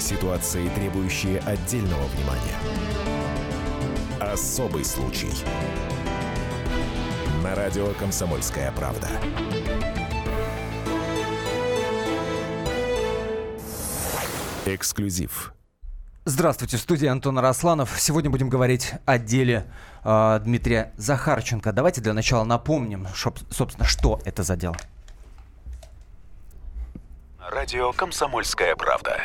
Ситуации, требующие отдельного внимания. Особый случай. На радио «Комсомольская правда». Эксклюзив. Здравствуйте, в студии Антон Арасланов. Сегодня будем говорить о деле Дмитрия Захарченко. Давайте для начала напомним, собственно, что это за дело. Радио «Комсомольская правда».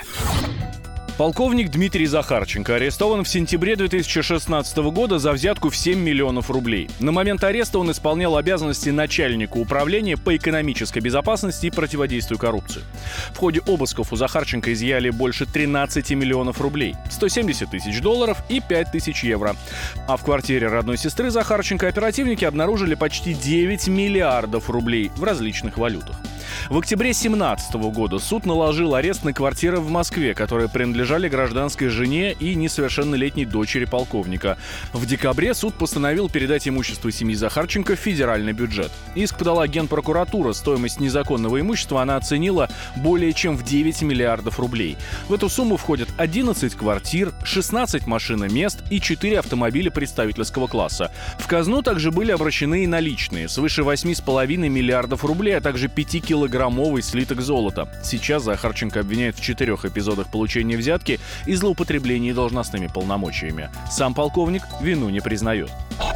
Полковник Дмитрий Захарченко арестован в сентябре 2016 года за взятку в 7 миллионов рублей. На момент ареста он исполнял обязанности начальника управления по экономической безопасности и противодействию коррупции. В ходе обысков у Захарченко изъяли больше 13 миллионов рублей, 170 тысяч долларов и 5 тысяч евро. А в квартире родной сестры Захарченко оперативники обнаружили почти 9 миллиардов рублей в различных валютах. В октябре 2017 года суд наложил арест на квартиры в Москве, которые принадлежали гражданской жене и несовершеннолетней дочери полковника. В декабре суд постановил передать имущество семьи Захарченко в федеральный бюджет. Иск подала Генпрокуратура. Стоимость незаконного имущества она оценила более чем в 9 миллиардов рублей. В эту сумму входят 11 квартир, 16 машиномест и 4 автомобиля представительского класса. В казну также были обращены и наличные, свыше 8,5 миллиардов рублей, а также 5-килограммовый слиток золота. Сейчас Захарченко обвиняют в 4 эпизодах получения взятки и злоупотреблении должностными полномочиями. Сам полковник вину не признает.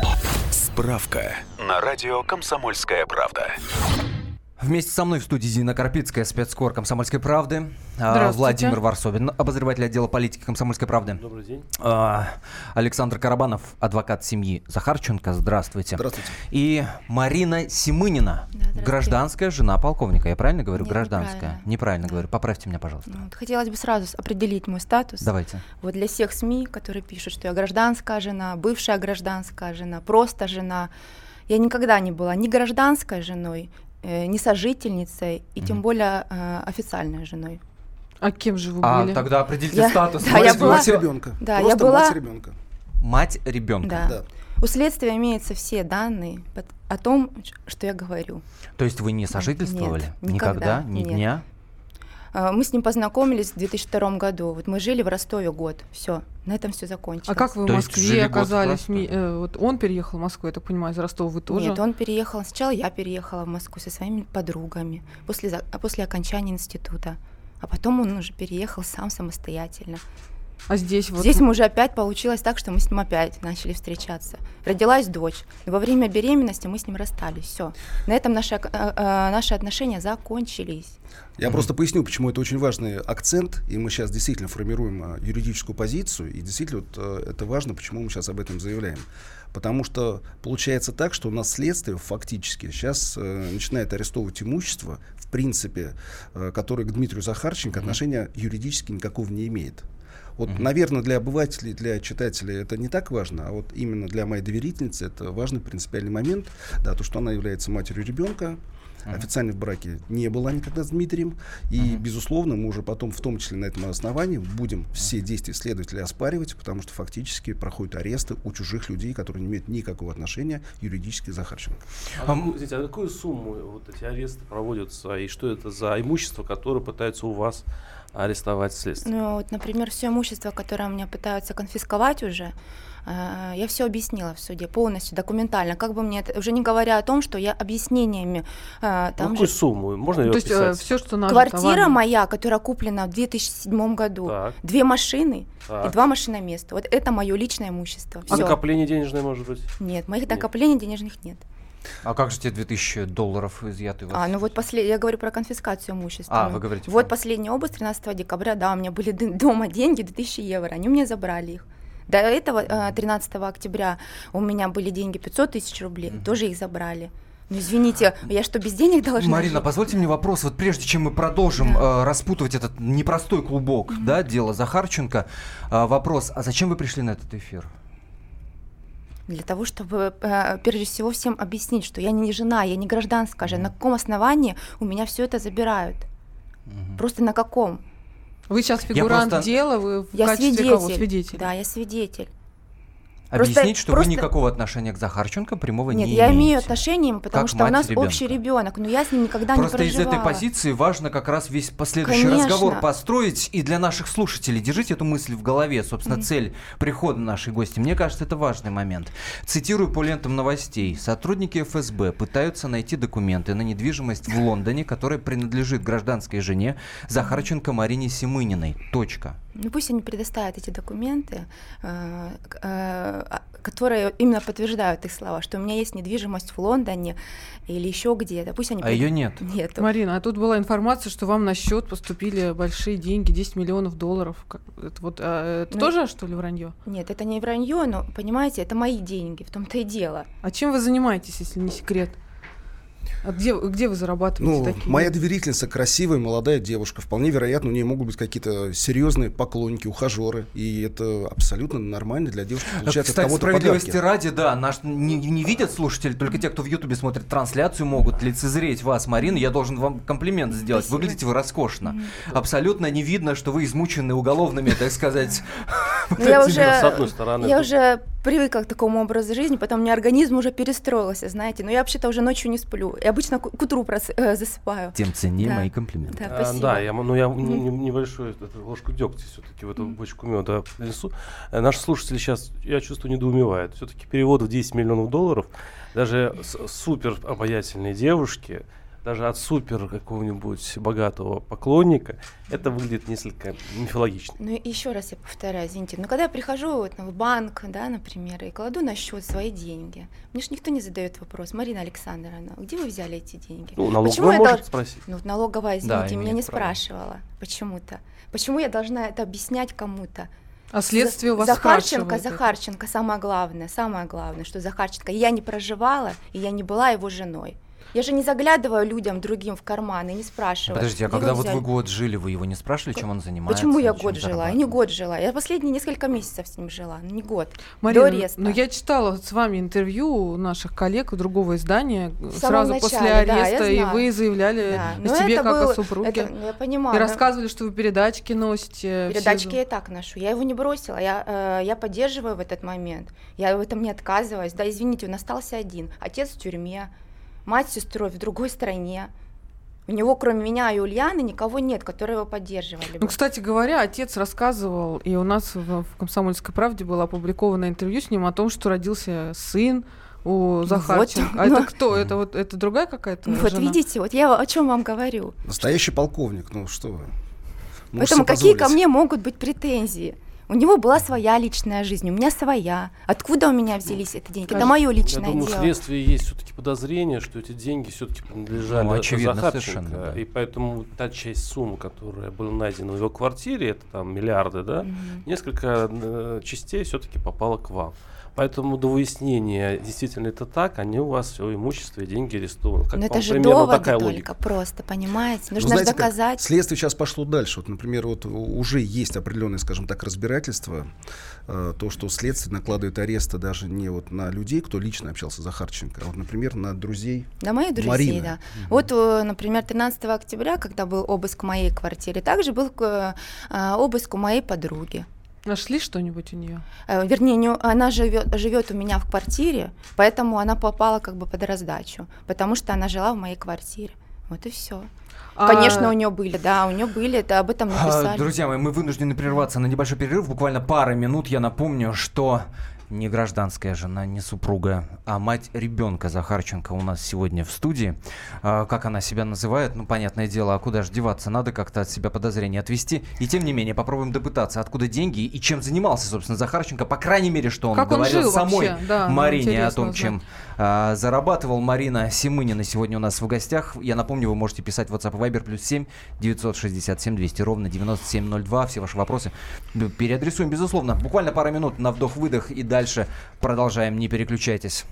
Справка на радио «Комсомольская правда». Вместе со мной в студии Зина Карпицкая, спецкор «Комсомольской правды». Владимир Варсобин, обозреватель отдела политики «Комсомольской правды». Добрый день. Александр Карабанов, адвокат семьи Захарченко. Здравствуйте. Здравствуйте. И Марина Симынина, гражданская жена полковника. Я правильно говорю? Нет, гражданская. Неправильно говорю. Поправьте меня, пожалуйста. Хотелось бы сразу определить мой статус. Давайте. Вот для всех СМИ, которые пишут, что я гражданская жена, бывшая гражданская жена, просто жена. Я никогда не была ни гражданской женой, ни сожительницей, и тем более официальной женой. А кем же вы были? Тогда определите статус. Да, я была... Мать ребенка. Да, Просто я была... мать ребенка. Мать ребенка. Да. Да. У следствия имеются все данные о том, что я говорю. То есть вы не сожительствовали? Нет, никогда? Ни нет. дня? Мы с ним познакомились в 2002 году. Вот мы жили в Ростове год. Все, на этом все закончилось. А как вы в То есть Москве жили год в оказались? Ростове? Вот он переехал в Москву, я так понимаю, из Ростова вы тоже? Нет, он переехал. Сначала я переехала в Москву со своими подругами после окончания института. А потом он уже переехал сам самостоятельно. А здесь вот... Здесь мы уже опять получилось так, что мы с ним опять начали встречаться. Родилась дочь. Но во время беременности мы с ним расстались. Все. На этом наши отношения закончились. Я просто поясню, почему это очень важный акцент, и мы сейчас действительно формируем юридическую позицию, и действительно это важно, почему мы сейчас об этом заявляем. Потому что получается так, что у нас следствие фактически сейчас начинает арестовывать имущество, в принципе, которое к Дмитрию Захарченко отношения юридически никакого не имеет. Вот, наверное, для обывателей, для читателей это не так важно, а вот именно для моей доверительницы это важный принципиальный момент, да, то, что она является матерью ребенка, официально в браке не была никогда с Дмитрием, и, безусловно, мы уже потом, в том числе на этом основании, будем все действия следователей оспаривать, потому что фактически проходят аресты у чужих людей, которые не имеют никакого отношения юридически к Захарченко. Извините, а какую сумму вот эти аресты проводятся, и что это за имущество, которое пытаются у вас арестовать следствие? Ну, вот, например, все имущество, которое меня пытаются конфисковать уже, я все объяснила в суде полностью, документально. Как бы мне это, уже не говоря о том, что я объяснениями какую сумму? Можно ее То описать? есть все, что нажито Квартира вами. моя, которая куплена в 2007 году, Так. 2 машины Так. и 2 машиноместа. Вот это мое личное имущество. А Всё. накопление денежное, может быть? Нет, моих накоплений денежных нет. А как же те 2000 долларов изъяты у вас? Ну вот я говорю про конфискацию имущества. Вы говорите. Вот последний обыск 13 декабря, да, у меня были дома деньги 2000 евро, они у меня забрали их. До этого 13 октября у меня были деньги 500 тысяч рублей, тоже их забрали. Ну извините, я что, без денег должна Марина, жить? позвольте мне вопрос, вот прежде чем мы продолжим распутывать этот непростой клубок, дело Захарченко, вопрос, а зачем вы пришли на этот эфир? Для того, чтобы, прежде всего, всем объяснить, что я не жена, я не гражданская жена. На каком основании у меня все это забирают? Просто на каком? Вы сейчас фигурант дела, вы в Я качестве свидетель. кого? Свидетель. Да, я свидетель. Объяснить, что вы никакого отношения к Захарченко прямого не имеете. Нет, я имею отношение, потому что у нас ребенка. Общий ребенок, но я с ним никогда не проживала. Просто из этой позиции важно как раз весь последующий разговор построить. И для наших слушателей держите эту мысль в голове, собственно, цель прихода нашей гости. Мне кажется, это важный момент. Цитирую по лентам новостей. Сотрудники ФСБ пытаются найти документы на недвижимость в Лондоне, которая принадлежит гражданской жене Захарченко Марине Симыниной. Точка. Ну пусть они предоставят эти документы, которые именно подтверждают их слова, что у меня есть недвижимость в Лондоне или еще где-то. Пусть они ее нет. Нет. Марина, а тут была информация, что вам на счет поступили большие деньги, 10 миллионов долларов. Это тоже, что ли, вранье? Нет, это не вранье, но, понимаете, это мои деньги, в том-то и дело. А чем вы занимаетесь, если не секрет? А где вы зарабатываете такие? Моя доверительница красивая, молодая девушка. Вполне вероятно, у нее могут быть какие-то серьезные поклонники, ухажеры. И это абсолютно нормально для девушки. Получается, кстати, кому-то справедливости подарки. ради, да, не видят слушатели, только те, кто в Ютубе смотрит трансляцию, могут лицезреть вас, Марина. Я должен вам комплимент сделать. Спасибо. Выглядите вы роскошно. Абсолютно не видно, что вы измучены уголовными, так сказать. Я с одной стороны, уже привыкла к такому образу жизни, потом у меня организм уже перестроился, знаете. Но я вообще-то уже ночью не сплю. Я обычно к утру засыпаю. Тем ценнее мои комплименты. Да, спасибо. Да, я небольшую ложку дегтя все-таки в эту бочку меда принесу. Наши слушатели сейчас, я чувствую, недоумевают. Все-таки перевод в 10 миллионов долларов даже супер обаятельной девушки, даже от супер какого-нибудь богатого поклонника, это выглядит несколько мифологично. Ну, еще раз я повторяю, извините, но когда я прихожу в банк, да, например, и кладу на счет свои деньги, мне же никто не задает вопрос: Марина Александровна, где вы взяли эти деньги? Ну, налоговая может спросить. Ну, налоговая, извините, Да, меня не право. спрашивала почему-то. Почему я должна это объяснять кому-то? А следствие у вас Захарченко, спрашивает самое главное, что Захарченко. Я не проживала, и я не была его женой. Я же не заглядываю людям другим в карманы, не спрашиваю. Подождите, а когда вот вы год жили, вы его не спрашивали, чем он занимается? Почему я год жила? Я не год жила. Я последние несколько месяцев с ним жила, но не год. Марина, до ареста. но я читала с вами интервью наших коллег другого издания В сразу самом после начале, ареста, да, и я знаю. вы заявляли Да. о себе как было, о супруге. я понимаю. И рассказывали, что вы передачки носите. Передачки я так ношу. Я его не бросила. Я поддерживаю в этот момент. Я в этом не отказываюсь. Да, извините, он остался один. Отец в тюрьме, мать с сестрой в другой стране. У него, кроме меня и Ульяны, никого нет, которые его поддерживали бы. Ну, кстати говоря, отец рассказывал, и у нас в «Комсомольской правде» было опубликовано интервью с ним о том, что родился сын у Захарченко. Вот, а это кто? Это другая какая-то вот жена? видите, вот я о чем вам говорю. Настоящий полковник, ну что вы. Поэтому какие ко мне могут быть претензии? У него была своя личная жизнь, у меня своя. Откуда у меня взялись эти деньги? Это мое личное Я думаю, дело. в следствии есть все-таки подозрение, что эти деньги все-таки принадлежали очевидно, Захарченко. совершенно, да. И поэтому та часть суммы, которая была найдена в его квартире, это там миллиарды, да, несколько частей все-таки попало к вам. Поэтому до выяснения, действительно это так, они у вас все имущество и деньги арестованы. Но это же доводы только, просто, понимаете? Нужно же доказать. Следствие сейчас пошло дальше. Вот, например, вот уже есть определенное, скажем так, разбирательство. То, что следствие накладывает аресты даже не вот на людей, кто лично общался с Захарченко, а вот, например, на друзей на моих друзей, Марины. да. Вот, например, 13 октября, когда был обыск в моей квартире, также был обыск у моей подруги. Нашли что-нибудь у нее? Вернее, она живет у меня в квартире, поэтому она попала как бы под раздачу, потому что она жила в моей квартире. Вот и все. Конечно, у нее были, это об этом написали. Друзья мои, мы вынуждены прерваться на небольшой перерыв, буквально пара минут. Я напомню, что не гражданская жена, не супруга, а мать ребенка Захарченко у нас сегодня в студии. Как она себя называет, ну, понятное дело, а куда же деваться, надо как-то от себя подозрения отвести. И тем не менее, попробуем допытаться, откуда деньги и чем занимался, собственно, Захарченко, по крайней мере, что он говорил самой Марине о том, чем зарабатывал. Марина Симынина сегодня у нас в гостях. Я напомню, вы можете писать в WhatsApp и Viber +7 967 200 ровно 9702. Все ваши вопросы переадресуем, безусловно. Буквально пара минут на вдох-выдох и дальше продолжаем. Не переключайтесь.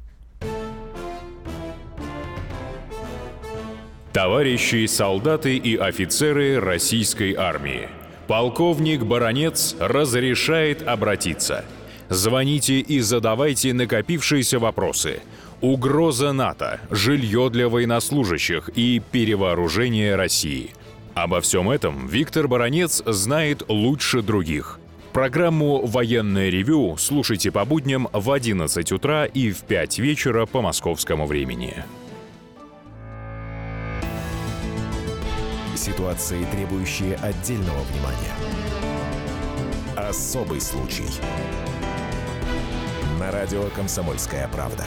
Товарищи солдаты и офицеры российской армии, полковник Баранец разрешает обратиться. Звоните и задавайте накопившиеся вопросы. Угроза НАТО, жилье для военнослужащих и перевооружение России. Обо всем этом Виктор Баранец знает лучше других. Программу «Военное ревю» слушайте по будням в 11 утра и в 5 вечера по московскому времени. Ситуации, требующие отдельного внимания. Особый случай. На радио «Комсомольская правда».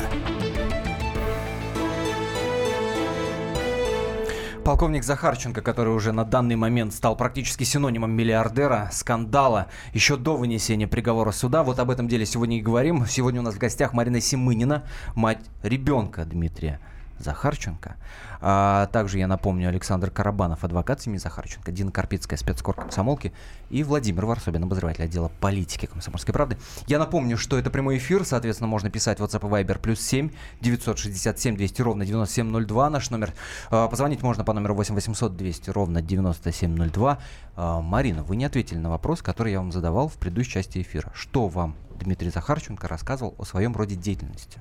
Полковник Захарченко, который уже на данный момент стал практически синонимом миллиардера, скандала, еще до вынесения приговора суда. Вот об этом деле сегодня и говорим. Сегодня у нас в гостях Марина Семынина, мать ребенка Дмитрия Захарченко. Также, я напомню, Александр Карабанов, адвокат семьи Захарченко, Дина Карпицкая, спецкор комсомолки, и Владимир Варсобин, обозреватель отдела политики «Комсомольской правды». Я напомню, что это прямой эфир, соответственно, можно писать в WhatsApp и Viber +7 967 200 ровно 9702, наш номер. Позвонить можно по номеру 8 800 200 ровно 9702. Марина, вы не ответили на вопрос, который я вам задавал в предыдущей части эфира. Что вам Дмитрий Захарченко рассказывал о своем роде деятельности?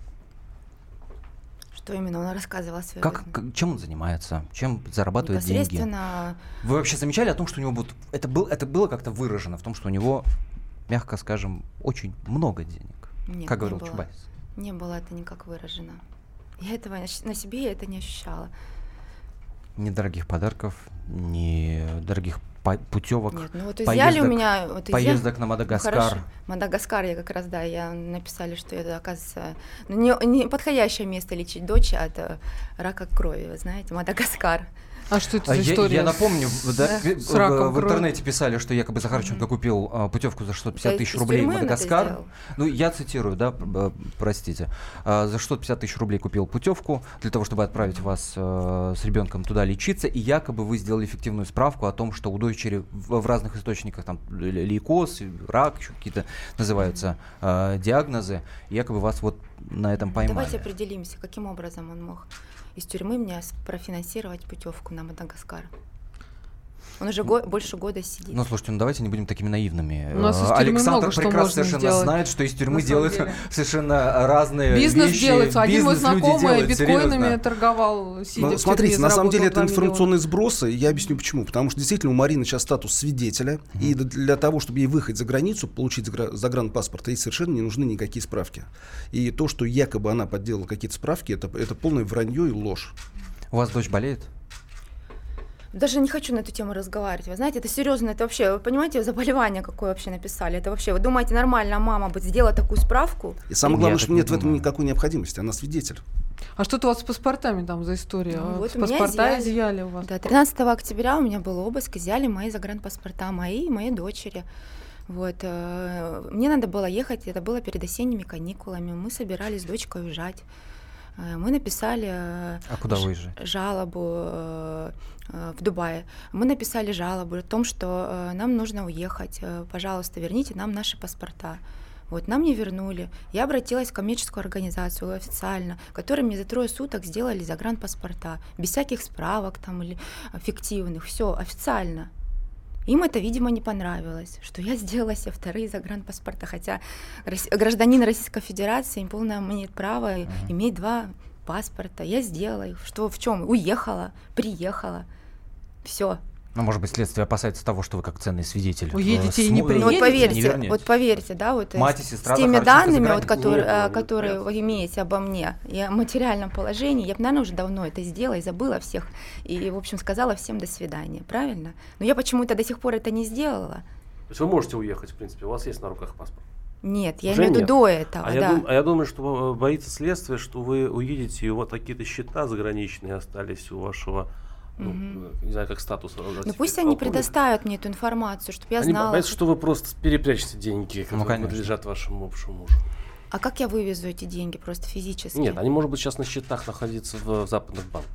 Что именно он рассказывал о своей жизни? Чем он занимается? Чем зарабатывает деньги? Вы вообще замечали о том, что у него это было как-то выражено в том, что у него, мягко скажем, очень много денег? Нет, как говорил Чубайс? Не было это никак выражено. Я этого на себе это не ощущала. Ни дорогих подарков, ни дорогих путевок. Нет, ну вот изъяли у меня... поездок на Мадагаскар. Ну, хорошо. Мадагаскар я как раз, да, я написали, что это, оказывается, не подходящее место лечить дочь от рака крови, вы знаете, Мадагаскар. А что это за история? Я напомню, в интернете писали, что якобы Захарченко купил путевку за 650 тысяч рублей в Мадагаскар. Ну, я цитирую, да, простите. За 650 тысяч рублей купил путевку для того, чтобы отправить вас с ребенком туда лечиться, и якобы вы сделали эффективную справку о том, что у дочери в разных источниках там лейкоз, рак, еще какие-то называются диагнозы, и якобы вас вот на этом поймали. Давайте определимся, каким образом он мог из тюрьмы мне профинансировать путевку на Мадагаскар. Он уже больше года сидит. Ну, слушайте, давайте не будем такими наивными. У нас Александр прекрасно совершенно знает, что из тюрьмы делают совершенно разные бизнес вещи. Делается. Один мой знакомый биткоинами торговал, сидя в тюрьме. Смотрите, на самом деле это информационные сбросы. Я объясню почему. Потому что действительно у Марины сейчас статус свидетеля. И для того, чтобы ей выехать за границу, получить загранпаспорт, ей совершенно не нужны никакие справки. И то, что якобы она подделала какие-то справки, это полное вранье и ложь. У вас дочь болеет? Даже не хочу на эту тему разговаривать. Вы знаете, это серьезно, это вообще, вы понимаете, заболевание какое вообще написали? Это вообще, вы думаете, нормально мама бы сделала такую справку? И самое главное, что нет в этом никакой необходимости, она свидетель. А что-то у вас с паспортами там за история? Ну, вот паспорта изъяли у вас? Да, 13 октября у меня был обыск, изъяли мои загранпаспорта, мои и моей дочери. Вот. Мне надо было ехать, это было перед осенними каникулами, мы собирались с дочкой уезжать. Мы написали куда выезжать? Жалобу в Дубае. Мы написали жалобу о том, что нам нужно уехать. Пожалуйста, верните нам наши паспорта. Вот, нам не вернули. Я обратилась в коммерческую организацию официально, которые мне за 3 суток сделали загранпаспорта, без всяких справок там или фиктивных. Все официально. Им это, видимо, не понравилось, что я сделала себе 2 загранпаспорта, хотя гражданин Российской Федерации полное имеет право иметь 2 паспорта. Я сделала их. Что, в чем? Уехала, приехала. Все. Ну, может быть, следствие опасается того, что вы как ценный свидетель. Уедете и не приедете. Ну, вот поверьте, да, вот мать и сестра с теми данными, вот, которые вы имеете обо мне и о материальном положении, я бы, наверное, уже давно это сделала и забыла всех, и, в общем, сказала всем до свидания, правильно? Но я почему-то до сих пор это не сделала. То есть вы можете уехать, в принципе, у вас есть на руках паспорт? Нет, я уже имею в виду до этого, да. Я думаю, что боится следствие, что вы уедете, и у вас какие-то счета заграничные остались у вашего... не знаю, как статус. Ну пусть они предоставят мне эту информацию, чтобы я знала. Боятся, что вы просто перепрячете деньги, которые принадлежат вашему бывшему мужу. А как я вывезу эти деньги просто физически? Нет, они, может быть, сейчас на счетах находятся в западных банках.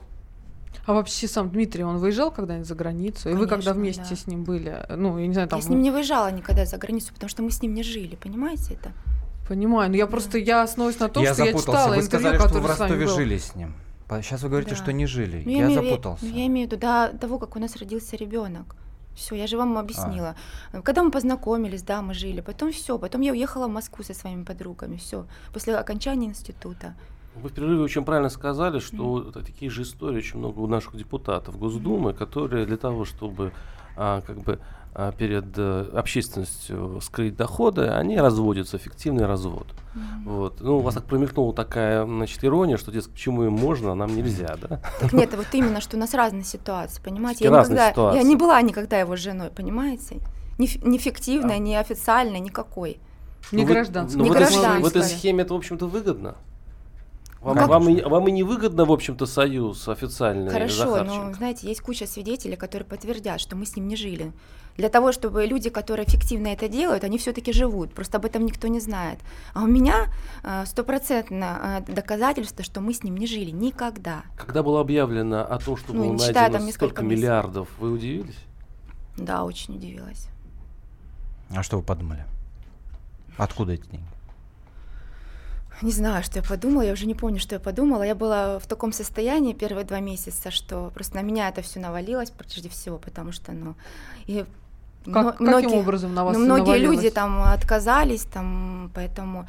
А вообще сам Дмитрий, он выезжал когда-нибудь за границу? Конечно, и вы когда вместе с ним были? Ну, я не знаю, там... Я с ним не выезжала никогда за границу, потому что мы с ним не жили, понимаете это? Понимаю, но я основываюсь на том, что я читала вы интервью, сказали, которое что вы в с вами Ростове было. жили с ним. Сейчас вы говорите, что не жили. Ну, я запутался. Я имею в виду до того, как у нас родился ребенок. Все, я же вам объяснила. Когда мы познакомились, да, мы жили. Потом я уехала в Москву со своими подругами. Все, после окончания института. Вы в перерыве очень правильно сказали, что такие же истории очень много у наших депутатов Госдумы, которые для того, чтобы перед общественностью скрыть доходы, они разводятся, фиктивный развод. Вот. Ну, у вас так промелькнула такая, ирония, что, дескать, почему им можно, а нам нельзя, да? Так нет, вот именно, что у нас разные ситуации, понимаете? Я не была никогда его женой, понимаете? Ни фиктивной, ни официальной, никакой. Не гражданской. В этой схеме это, в общем-то, выгодно. Вам и не выгодно, в общем-то, союз официальный. Хорошо, но, знаете, есть куча свидетелей, которые подтвердят, что мы с ним не жили. Для того, чтобы люди, которые фиктивно это делают, они все-таки живут. Просто об этом никто не знает. А у меня 100% доказательство, что мы с ним не жили никогда. Когда было объявлено о том, что было найдено столько миллиардов, вы удивились? Да, очень удивилась. А что вы подумали? Откуда эти деньги? Не знаю, что я подумала, я уже не помню, что я подумала. Я была в таком состоянии первые 2 месяца, что просто на меня это все навалилось прежде всего, потому что, каким образом на вас многие люди там отказались, поэтому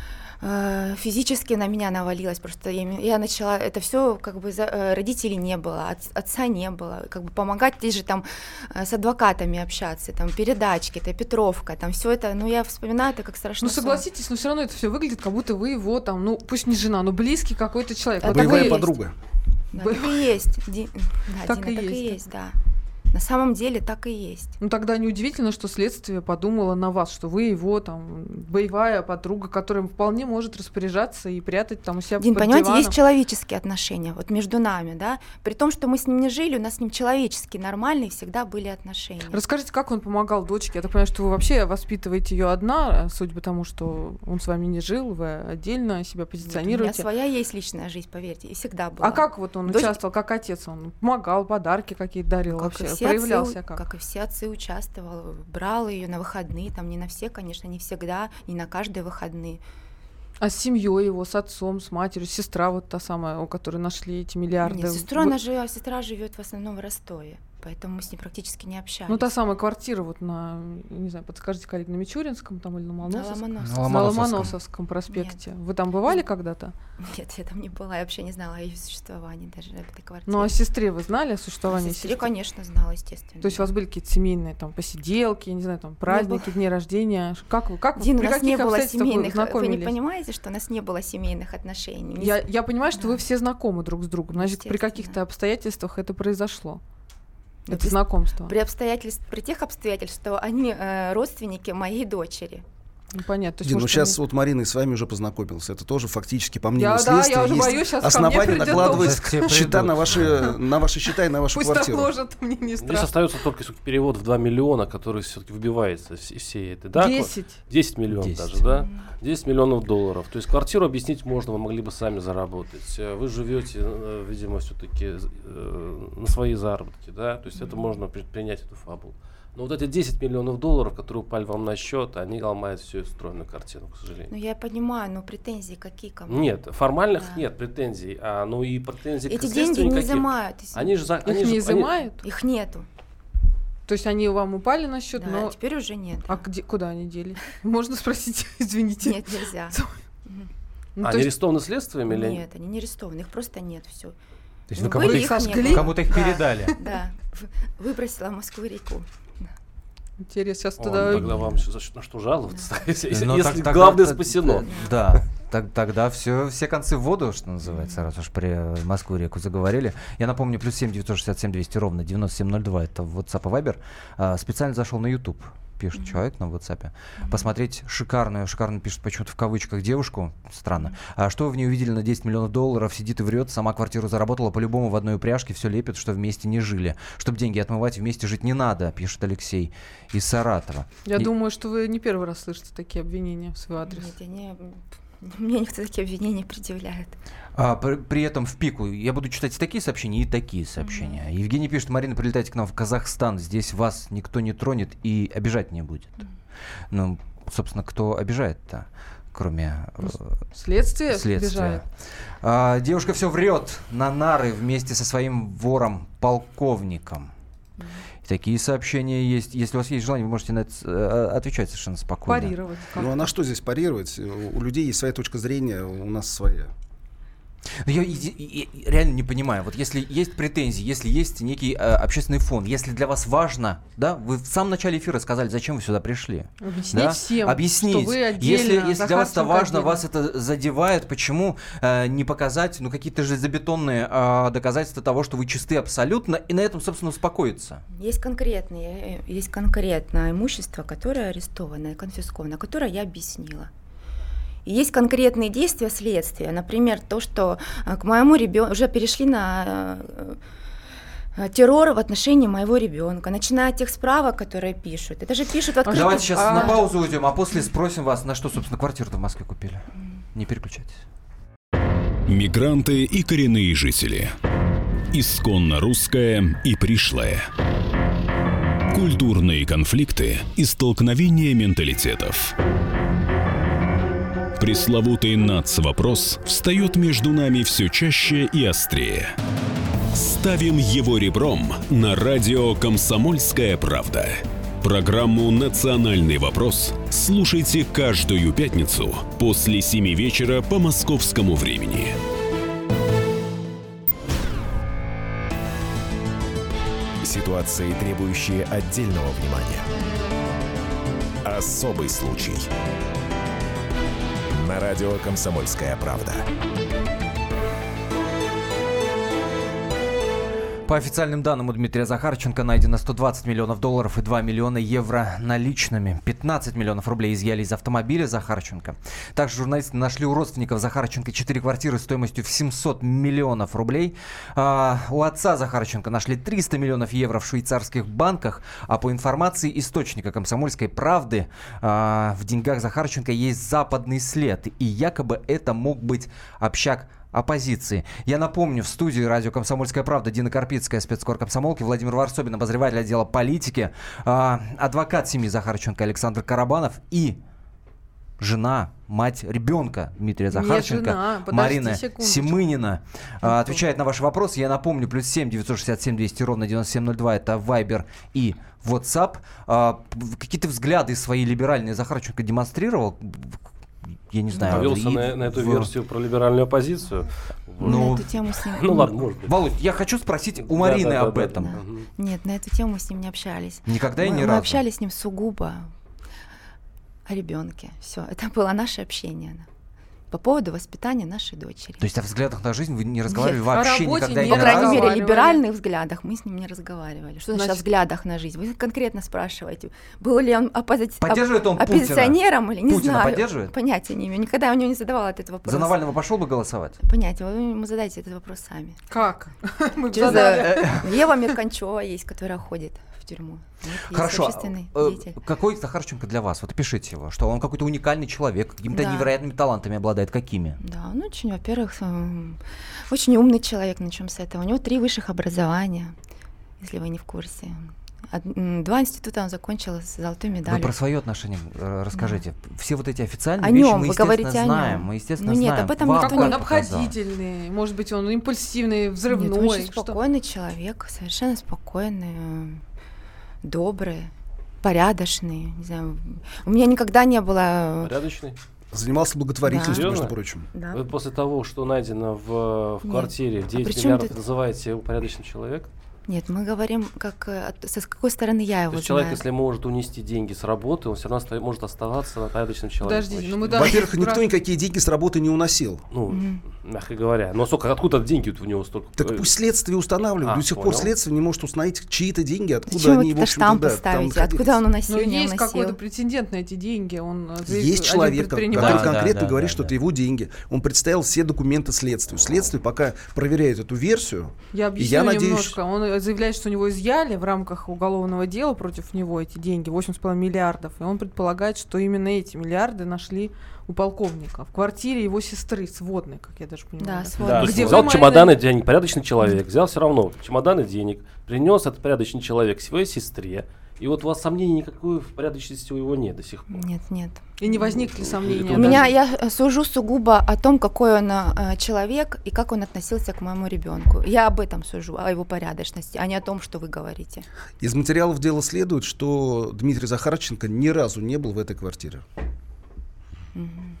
физически на меня навалилось. Просто я начала, это все родителей не было, отца не было, помогать здесь же там с адвокатами общаться, там передачки, это Петровка, там все это, я вспоминаю это как страшно. Согласитесь, но все равно это все выглядит, как будто вы его там, пусть не жена, но близкий какой-то человек. Боевая подруга. Да, так и есть. Так и есть, да. На самом деле так и есть. Тогда неудивительно, что следствие подумало на вас, что вы его там боевая подруга, которая вполне может распоряжаться и прятать там у себя Дин, под понимаете, диваном. есть человеческие отношения вот между нами, да, при том, что мы с ним не жили, у нас с ним человеческие, нормальные всегда были отношения. Расскажите, как он помогал дочке? Я так понимаю, что вы вообще воспитываете ее одна, судя по тому, что он с вами не жил, вы отдельно себя позиционируете. У меня своя есть личная жизнь, поверьте, и всегда была. А как вот он участвовал, как отец? Он помогал, подарки какие-то дарил вообще? Проявлялся как и все отцы, участвовал, брал ее на выходные, там не на все, конечно, не всегда, не на каждые выходные. А с семьей его, с отцом, с матерью, сестра вот та самая, у которой нашли эти миллиарды? Нет, сестра живет в основном в Ростове, поэтому мы с ней практически не общались. Та самая квартира вот на, не знаю, подскажите, коллега, на Мичуринском там или на Ломоносовском? На Ломоносовском проспекте. Нет. Вы там бывали когда-то? Нет, я там не была, я вообще не знала о ее существовании даже этой квартиры. Ну, о сестре вы знали о существовании сестры? Конечно, знала, естественно. То есть у вас были какие-то семейные там посиделки, не знаю, там праздники, дни рождения? Как Дин, при каких обстоятельствах вы знакомились? Вы не понимаете, что у нас не было семейных отношений? Я понимаю, что вы все знакомы друг с другом. Значит, при каких-то обстоятельствах это произошло? Это знакомство. При тех обстоятельствах, что они родственники моей дочери. Понятно. Дин, сейчас вот Марина и с вами уже познакомился. Это тоже фактически, по мнению следствия, я уже есть боюсь, основания накладывать счета на ваши счета и на вашу квартиру. Пусть отложат, мне не страшно. Здесь остается только перевод в 2 миллиона, который все-таки выбивается из всей этой. Да? 10 миллионов 10. Даже, да? 10 миллионов долларов. То есть квартиру объяснить можно, вы могли бы сами заработать. Вы живете, видимо, все-таки на свои заработки, да? То есть это можно предпринять, эту фабулу. Но вот эти 10 миллионов долларов, которые упали вам на счет, они ломают всю эту стройную картину, к сожалению. Ну, я понимаю, но претензии какие ко мне? Нет, формальных нет претензий, и претензий эти к следствию деньги не никаких. изымают. Их не изымают? Их нету. То есть они вам упали на счет, да, но... теперь уже нет. А куда они дели? Можно спросить, извините? Нет, нельзя. Они арестованы следствием или нет? Нет, они не арестованы, их просто нет, все. То есть вы кому-то их передали? Да, выбросила Москву-реку. Интересно, сейчас туда... Тогда вам на что жаловаться, если главное спасено. Да, тогда все концы в воду, что называется, раз уж про Москву-реку заговорили. Я напомню, +7 967 200 ровно 9702, это WhatsApp и Viber. Специально зашел на YouTube. Пишет человек на WhatsApp. Посмотреть шикарно пишет почему-то в кавычках девушку, странно. А что вы в ней увидели на 10 миллионов долларов, сидит и врет, сама квартиру заработала по-любому в одной упряжке, все лепит, что вместе не жили. Чтобы деньги отмывать, вместе жить не надо, пишет Алексей из Саратова. Я думаю, что вы не первый раз слышите такие обвинения в свой адрес. Нет, мне никто такие обвинения предъявляет. При этом в пику я буду читать и такие сообщения, и такие сообщения. Евгений пишет: Марина, прилетайте к нам в Казахстан, здесь вас никто не тронет и обижать не будет. Ну, собственно, кто обижает-то, кроме следствия? Обижает. Девушка все врет на нары вместе со своим вором-полковником. Такие сообщения есть. Если у вас есть желание, вы можете на это отвечать совершенно спокойно. Парировать. Ну а на что здесь парировать? У людей есть своя точка зрения, у нас своя. Но я реально не понимаю, вот если есть претензии, если есть некий общественный фон, если для вас важно, да, вы в самом начале эфира сказали, зачем вы сюда пришли. Объяснить да? всем, Объяснить. что вы отдельно, если для вас это важно, отдельно. вас это задевает, почему не показать, какие-то железобетонные доказательства того, что вы чисты абсолютно, и на этом, собственно, успокоиться. Есть конкретное имущество, которое арестовано и конфисковано, которое я объяснила. И есть конкретные действия следствия. Например, то, что к моему ребенку уже перешли на террор в отношении моего ребенка, начиная от тех справок, которые пишут. Это же пишут в открытых... Давайте сейчас на паузу уйдем, а после спросим вас, на что, собственно, квартиру-то в Москве купили. Не переключайтесь. Мигранты и коренные жители. Исконно русское и пришлое. Культурные конфликты и столкновения менталитетов. Пресловутый НАЦ-вопрос встает между нами все чаще и острее. Ставим его ребром на радио «Комсомольская правда». Программу «Национальный вопрос» слушайте каждую пятницу после 7 вечера по московскому времени. Ситуации, требующие отдельного внимания. Особый случай. На радио «Комсомольская правда». По официальным данным у Дмитрия Захарченко найдено $120 миллионов и 2 миллиона евро наличными. 15 миллионов рублей изъяли из автомобиля Захарченко. Также журналисты нашли у родственников Захарченко 4 квартиры стоимостью в 700 миллионов рублей. У отца Захарченко нашли 300 миллионов евро в швейцарских банках. А по информации источника «Комсомольской правды» в деньгах Захарченко есть западный след. И якобы это мог быть общак оппозиции. Я напомню, в студии радио «Комсомольская правда» Дина Карпицкая, спецкор комсомолки, Владимир Варсобин, обозреватель отдела политики, адвокат семьи Захарченко Александр Карабанов и жена, мать ребенка Дмитрия Захарченко, Марина Семынина. Отвечает на ваши вопросы. Я напомню, +7 967 200 ровно 9702, это Viber и WhatsApp. Какие-то взгляды свои либеральные Захарченко демонстрировал? Я не знаю. Повелся на эту версию про либеральную оппозицию. На эту тему с ним... Ну ладно, может быть. Володь, я хочу спросить у Марины об этом. Да. Нет, на эту тему мы с ним не общались. Никогда и ни разу? Мы общались с ним сугубо о ребенке. Все, это было наше общение по поводу воспитания нашей дочери. То есть о взглядах на жизнь вы не разговаривали Нет, вообще никогда и ни разу? По крайней мере, разговаривали. либеральных взглядах мы с ним не разговаривали. Что значит о взглядах на жизнь? Вы конкретно спрашиваете, был ли он поддерживает он оппозиционером или не Путина знаю. поддерживает? Понятия не имею. Никогда у него не задавала этот вопрос. За Навального пошел бы голосовать? Понятия, вы ему задайте этот вопрос сами. Как? Мы Ева Мерканчева есть, которая ходит в тюрьму. Хорошо. Какой Захарченко для вас? Вот пишите его, что он какой-то уникальный человек, какими-то невероятными талантами обладает. Какими? Да, он очень, во-первых, очень умный человек, начнем с этого. У него 3 высших образования, если вы не в курсе. 2 института он закончил с золотой медалью. Вы про свое отношение расскажите. Да. Все вот эти официальные о вещи нем, мы, естественно, знаем. Мы, естественно, нет, знаем. об этом Вам никто он обходительный, может быть, он импульсивный, взрывной. Нет, очень спокойный человек, совершенно спокойный, добрый, порядочный. Не знаю, у меня никогда не было... Порядочный? Занимался благотворительностью, да. между прочим. Да. Вы после того, что найдено в квартире в 9 миллиардов, называете его порядочным человеком? Нет, мы говорим, с какой стороны я его знаю. Человек, если может унести деньги с работы, он все равно может оставаться порядочным человеком. Подождите, во-первых, никто никакие деньги с работы не уносил. Ну, мягко говоря. Но откуда деньги у него столько? Так пусть следствие устанавливает. До сих пор следствие не может установить чьи-то деньги, откуда зачем они, в общем-то, штампы ставите? Откуда он уносил, не есть уносил? какой-то претендент на эти деньги. Есть человек, который конкретно говорит, что это его деньги. Он представил все документы следствию. Следствие пока проверяет эту версию. Я объясню немножко. Он заявляет, что у него изъяли в рамках уголовного дела против него эти деньги, 8,5 миллиардов. И он предполагает, что именно эти миллиарды нашли у полковника в квартире его сестры, сводной, как я даже понимаю. Да, сводной. Да, взял чемоданы денег, порядочный человек, взял все равно чемоданы денег, принес этот порядочный человек своей сестре. И вот у вас сомнений никакой в порядочности у его нет до сих пор. Нет. И не возникли сомнения? Я сужу сугубо о том, какой он человек и как он относился к моему ребенку. Я об этом сужу, о его порядочности, а не о том, что вы говорите. Из материалов дела следует, что Дмитрий Захарченко ни разу не был в этой квартире.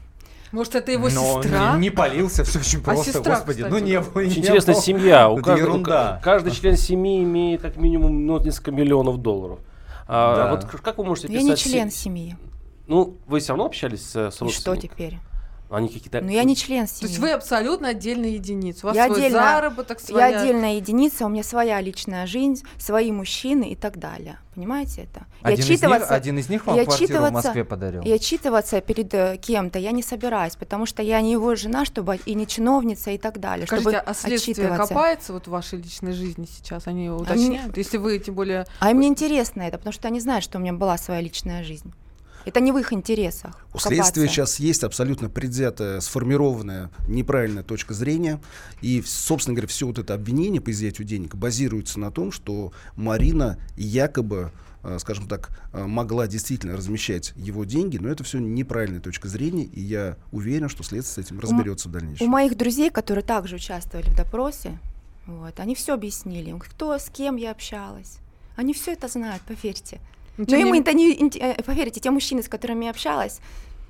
Может, это его Но сестра? не полился, все очень просто, сестра, господи. кстати, Ну, не было. Очень интересная семья. Ерунда. Каждый член семьи имеет как минимум несколько миллионов долларов. Да. Вот как вы можете Я писать... не член семьи. Ну, вы все равно общались с И что родственниками? теперь? Они какие-то... Ну, я не член семьи. То есть вы абсолютно отдельная единица. У вас Я свой отдельно- заработок, своя... Я отдельная единица, у меня своя личная жизнь, свои мужчины и так далее. Понимаете это? Один из них вам и квартиру в отчитываться- Москве подарил. И отчитываться перед кем-то я не собираюсь, потому что я не его жена, чтобы и не чиновница и так далее. Скажите, чтобы а следствие отчитываться. копается вот в вашей личной жизни сейчас? Они уточняют? Если вы, тем более... А им не интересно это, потому что они знают, что у меня была своя личная жизнь. Это не в их интересах. У следствия копаться. сейчас есть абсолютно предвзятая, сформированная неправильная точка зрения. И, собственно говоря, все вот это обвинение по изъятию денег базируется на том, что Марина якобы, скажем так, могла действительно размещать его деньги, но это все неправильная точка зрения, и я уверен, что следствие с этим разберется в дальнейшем. У моих друзей, которые также участвовали в допросе, вот, они все объяснили, кто, с кем я общалась. Они все это знают, поверьте. Но им это не... Поверьте, те мужчины, с которыми я общалась,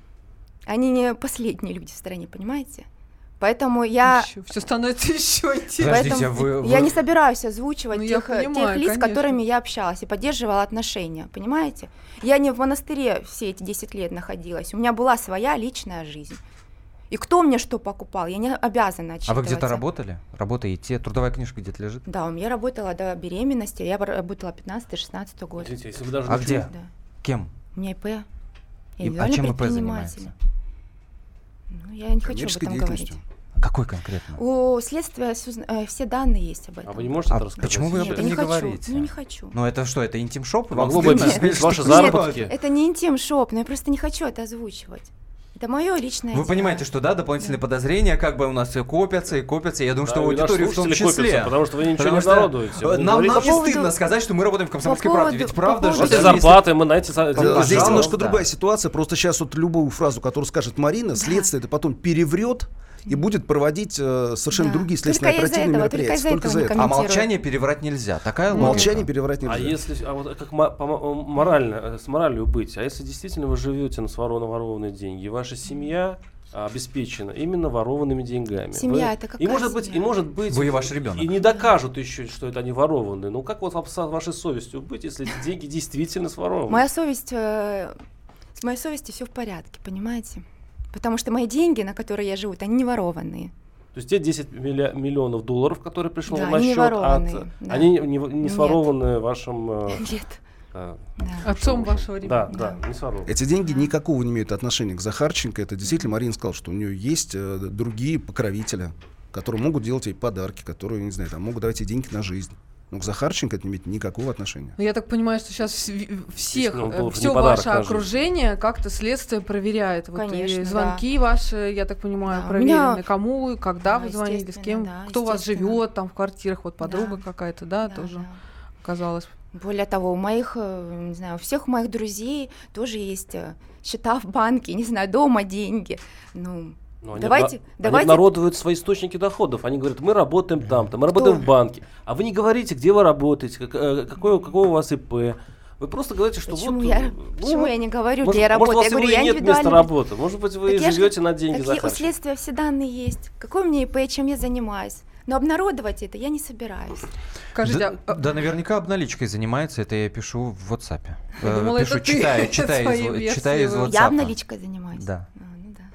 они не последние люди в стране, понимаете? Поэтому я... Все становится еще интереснее. Подождите, Поэтому я не собираюсь озвучивать Ну, я тех понимаю, лиц, с конечно. которыми я общалась и поддерживала отношения, понимаете? Я не в монастыре все эти 10 лет находилась, у меня была своя личная жизнь. И кто мне что покупал, я не обязана А отчитываться. вы где-то работали? Работаете? Трудовая книжка где-то лежит? Да, я работала до беременности, я работала 15-16 год. Извините, если вы даже А не где? Да. Кем? У меня ИП. Я А чем ИП предприниматель. занимается? Ну, я не хочу об Коммерческой этом говорить. деятельностью. Какой конкретно? У следствия все данные есть об этом. А вы не можете это рассказать? почему вы об сейчас? этом Я не хочу. говорите? Ну, не хочу. Ну это что, это интим-шоп? Могло бы объяснить ваши заработки. Это не интим-шоп, но я просто не хочу это озвучивать. Это мое личное Вы дело. понимаете, что да, дополнительные подозрения как бы у нас и копятся, и копятся. Я думаю, Да, что и наши аудиторию в том слушатели числе. копятся, потому что вы ничего Потому не что, обнародуете. Вы Нам говорите, не По поводу- стыдно сказать, что мы работаем в «Комсомольской по правде». поводу- Ведь правда по же... Вот и поводу- да, зарплаты мы на эти... Пожалуйста. Здесь немножко Да. другая ситуация. Просто сейчас вот любую фразу, которую скажет Марина, следствие это потом переврет и будет проводить совершенно Да. другие Только следственно-оперативные из-за этого, мероприятия. только из-за Только этого из-за не этого. А комментирую. молчание переврать нельзя. Такая логика. Молчание переврать нельзя. А если, вот как морально, с моралью быть, а если действительно вы живете на ворованные деньги, и ваша семья обеспечена именно ворованными деньгами. Семья это какая может быть, семья? и может быть, Вы и ваш ребенок. и не докажут еще, что это они ворованные. Ну как вот с вашей совестью быть, если эти деньги действительно сворованы? Моя совесть, с моей совестью все в порядке, понимаете? Потому что мои деньги, на которые я живу, они не ворованные. То есть те 10 миллионов долларов, которые пришло Да, на они не счет, ворованные, да. они не Нет. сворованы вашим... Нет. да, Отцом вашего ребенка. да, не сворованы. Эти деньги никакого не имеют отношения к Захарченко. Это действительно Марина сказала, что у нее есть другие покровители, которые могут делать ей подарки, которые, не знаю, там, могут давать ей деньги на жизнь. Но к Захарченко это не имеет никакого отношения. Но я так понимаю, что сейчас всех, Ну, был все не подарок ваше на жизнь. окружение как-то следствие проверяет. Вот и Конечно, звонки ваши, я так понимаю, Да, у проверены. меня- Кому и когда Да, вы звонили, с естественно, кем, да, кто у вас естественно. живет там в квартирах, вот подруга Да. какая-то, да, Да, тоже да. оказалось. Более того, у моих, не знаю, у всех моих друзей тоже есть счета в банке, не знаю, дома деньги. Ну, Но они давайте. обнародуют свои источники доходов. Они говорят, мы работаем там-то, мы работаем в банке. А вы не говорите, где вы работаете, какой у вас ИП. Вы просто говорите, что Почему, вот... почему я не говорю, может, где я работаю? Может, Я у вас говорю, его и я нет места индивидуально. работы. Может быть, вы Так я ж- живете на деньги Так у Захарченко. следствия все данные есть. Какой у меня ИП, чем я занимаюсь? Но обнародовать это я не собираюсь. Скажите, Да, наверняка обналичкой занимается, это я пишу в WhatsApp. Я думала, Пишу, это ты читаю свои версии читаю из WhatsApp. Я обналичкой занимаюсь. Да. Ну да.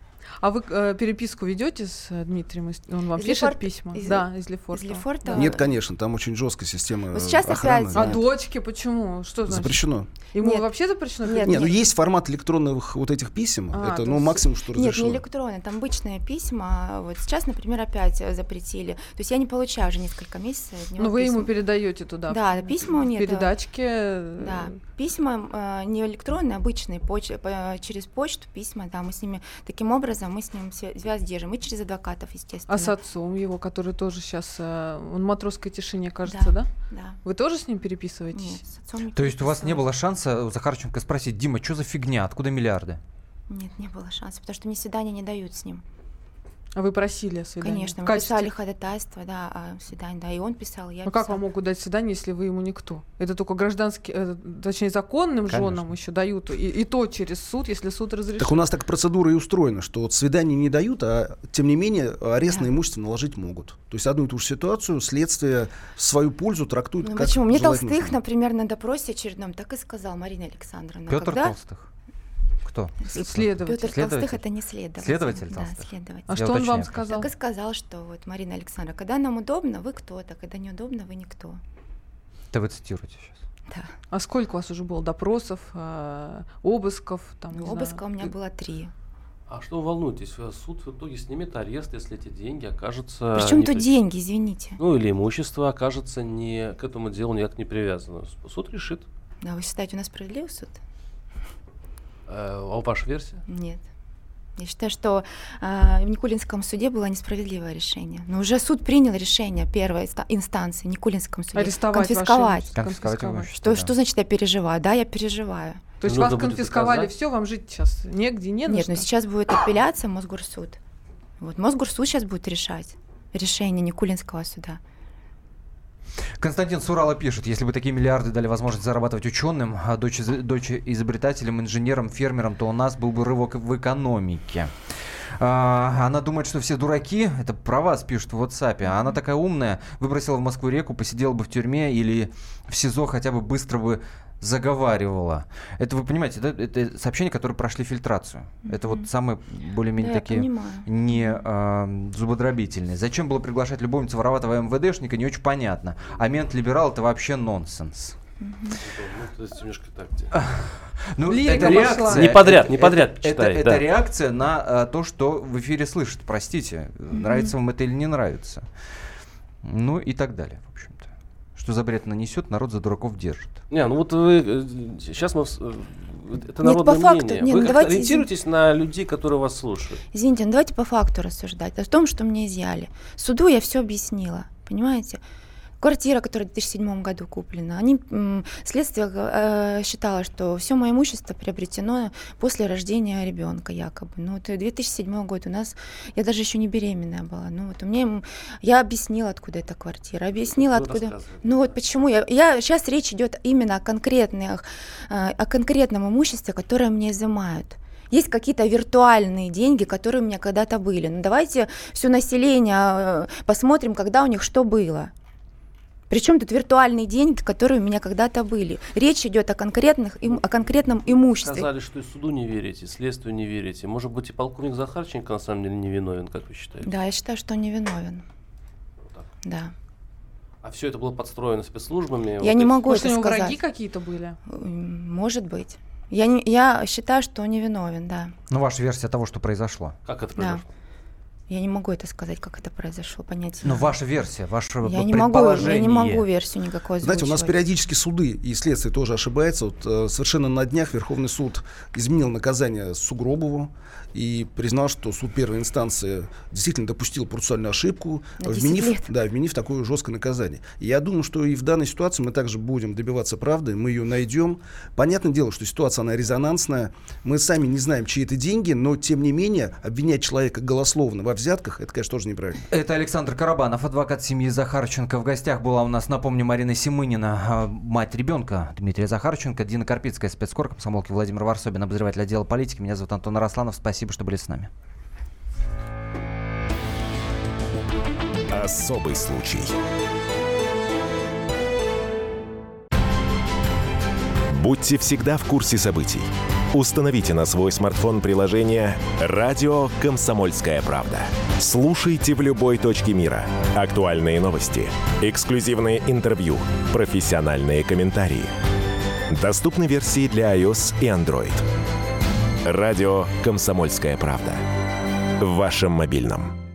а вы переписку ведете с Дмитрием? Он вам Из пишет Лефорта? письма? Из- Да, из Лефорта. Из Лефорта? Нет, конечно, там очень жесткая система Вот сейчас охраны. опять, А Нет. дочки почему? Что значит? Запрещено. Ему Нет. вообще запрещено? Нет, Не, ну есть формат электронных вот этих писем. А, это, то ну, есть- максимум, что Нет, разрешено. не электронные, там обычные письма. Вот сейчас, например, опять запретили. То есть я не получаю уже несколько месяцев от него Ну вы ему писем. передаете туда? Да, письма нет. Передачки? Да, письма не электронные, обычные, через почту письма, да, мы с ними, таким образом мы с ним связь держим, и через адвокатов, естественно. А с отцом его, который тоже сейчас, он в матросской тишине, кажется, да? Да. Вы тоже с ним переписываетесь? Нет, с отцом не То есть у вас не переписывалась. было шанса у Захарченко спросить: Дима, что за фигня, откуда миллиарды? Нет, не было шанса, потому что мне свидания не дают с ним. А вы просили свидание? Конечно, мы писали ходатайство, да, о свидании, да, и он писал, я писала. Как вам могут дать свидание, если вы ему никто? Это только гражданским, точнее, законным женам еще дают, и то через суд, если суд разрешит. Так у нас так процедура и устроена, что вот свидание не дают, а тем не менее арест на имущество наложить могут. То есть одну и ту же ситуацию следствие в свою пользу трактует как почему? Мне желательно. Толстых, например, на допросе очередном так и сказал Марина Александровна. Петр Толстых? Кто? Следователь. Петр Толстых — это не следователь. Следователь Толстых? Да, следователь. А что он вам сказал? Так и сказал, что вот, Марина Александровна, когда нам удобно, вы кто-то, когда неудобно, вы никто. Это вы цитируете сейчас. Да. А сколько у вас уже было допросов, обысков? Обыска у меня было 3. А что вы волнуетесь? Суд в итоге снимет арест, если эти деньги окажутся... Причем тут деньги, извините? Ну, или имущество окажется к этому делу никак не привязано. Суд решит. А вы считаете, у нас справедливый суд? А ваша версия? Нет. Я считаю, что в Никулинском суде было несправедливое решение. Но уже суд принял решение первой инстанции в Никулинском суде. Арестовать конфисковать. Что значит я переживаю? Да, я переживаю. То есть вас конфисковали все, вам жить сейчас негде, не на Нет, что? но сейчас будет апелляция, Мосгорсуд. Вот, Мосгорсуд сейчас будет решать решение Никулинского суда. Константин Сурала пишет, если бы такие миллиарды дали возможность зарабатывать ученым, а дочь изобретателям, инженерам, фермерам, то у нас был бы рывок в экономике. Она думает, что все дураки. Это про вас пишет в WhatsApp. А она такая умная, выбросила в Москву реку, посидела бы в тюрьме или в СИЗО, хотя бы быстро бы заговаривала. Это вы понимаете, да? Это сообщения, которые прошли фильтрацию. Это вот самые более-менее такие не зубодробительные. Зачем было приглашать любовницу вороватого МВДшника, не очень понятно. А мент-либерал — это вообще нонсенс. То есть немножко так. Это реакция. Не подряд читай. Это реакция на то, что в эфире слышат. Простите, нравится вам это или не нравится. Ну и так далее, в общем-то. Что за бред нанесет, народ за дураков держит. Не, ну вот вы сейчас мы это народное мнение. Нет, вы как-то ориентируетесь на людей, которые вас слушают. Извините, ну давайте по факту рассуждать. О том, что мне изъяли. Суду я все объяснила, понимаете? Квартира, которая в 2007 году куплена, следствие считало, что все мое имущество приобретено после рождения ребенка якобы. Ну, это 2007 год, я даже еще не беременная была. Ну, вот я объяснила, откуда эта квартира, объяснила, откуда... Ну, вот почему. Сейчас речь идет именно о конкретном имуществе, которое мне изымают. Есть какие-то виртуальные деньги, которые у меня когда-то были. Ну, давайте все население посмотрим, когда у них что было. Причем тут виртуальные деньги, которые у меня когда-то были. Речь идет о конкретном имуществе. Вы сказали, что и суду не верите, следствию не верите. Может быть, и полковник Захарченко на самом деле невиновен, как вы считаете? Да, я считаю, что он невиновен. Вот да. А все это было подстроено спецслужбами? Я не могу это сказать. Может, у него враги какие-то были? Может быть. Я считаю, что он невиновен, да. Ну, ваша версия того, что произошло. Как это произошло? Да. Я не могу это сказать, как это произошло, понятия. Ну, ваша версия, ваше предположение. Я не могу версию никакой озвучивать. Знаете, у нас периодически суды и следствие тоже ошибаются. Вот, совершенно на днях Верховный суд изменил наказание Сугробову и признал, что суд первой инстанции действительно допустил процессуальную ошибку, вменив такое жесткое наказание. И я думаю, что и в данной ситуации мы также будем добиваться правды, мы ее найдем. Понятное дело, что ситуация, она резонансная. Мы сами не знаем, чьи это деньги, но, тем не менее, обвинять человека голословно во взятках, это, конечно, тоже неправильно. Это Александр Карабанов, адвокат семьи Захарченко. В гостях была у нас, напомню, Марина Семынина, мать ребенка Дмитрия Захарченко, Дина Карпицкая, спецкор комсомолки, Владимир Варсобин, обозреватель отдела политики. Меня зовут Антон Арасланов. Спасибо, что были с нами. Особый случай. Будьте всегда в курсе событий. Установите на свой смартфон приложение «Радио Комсомольская правда». Слушайте в любой точке мира. Актуальные новости, эксклюзивные интервью, профессиональные комментарии. Доступны версии для iOS и Android. «Радио Комсомольская правда». В вашем мобильном.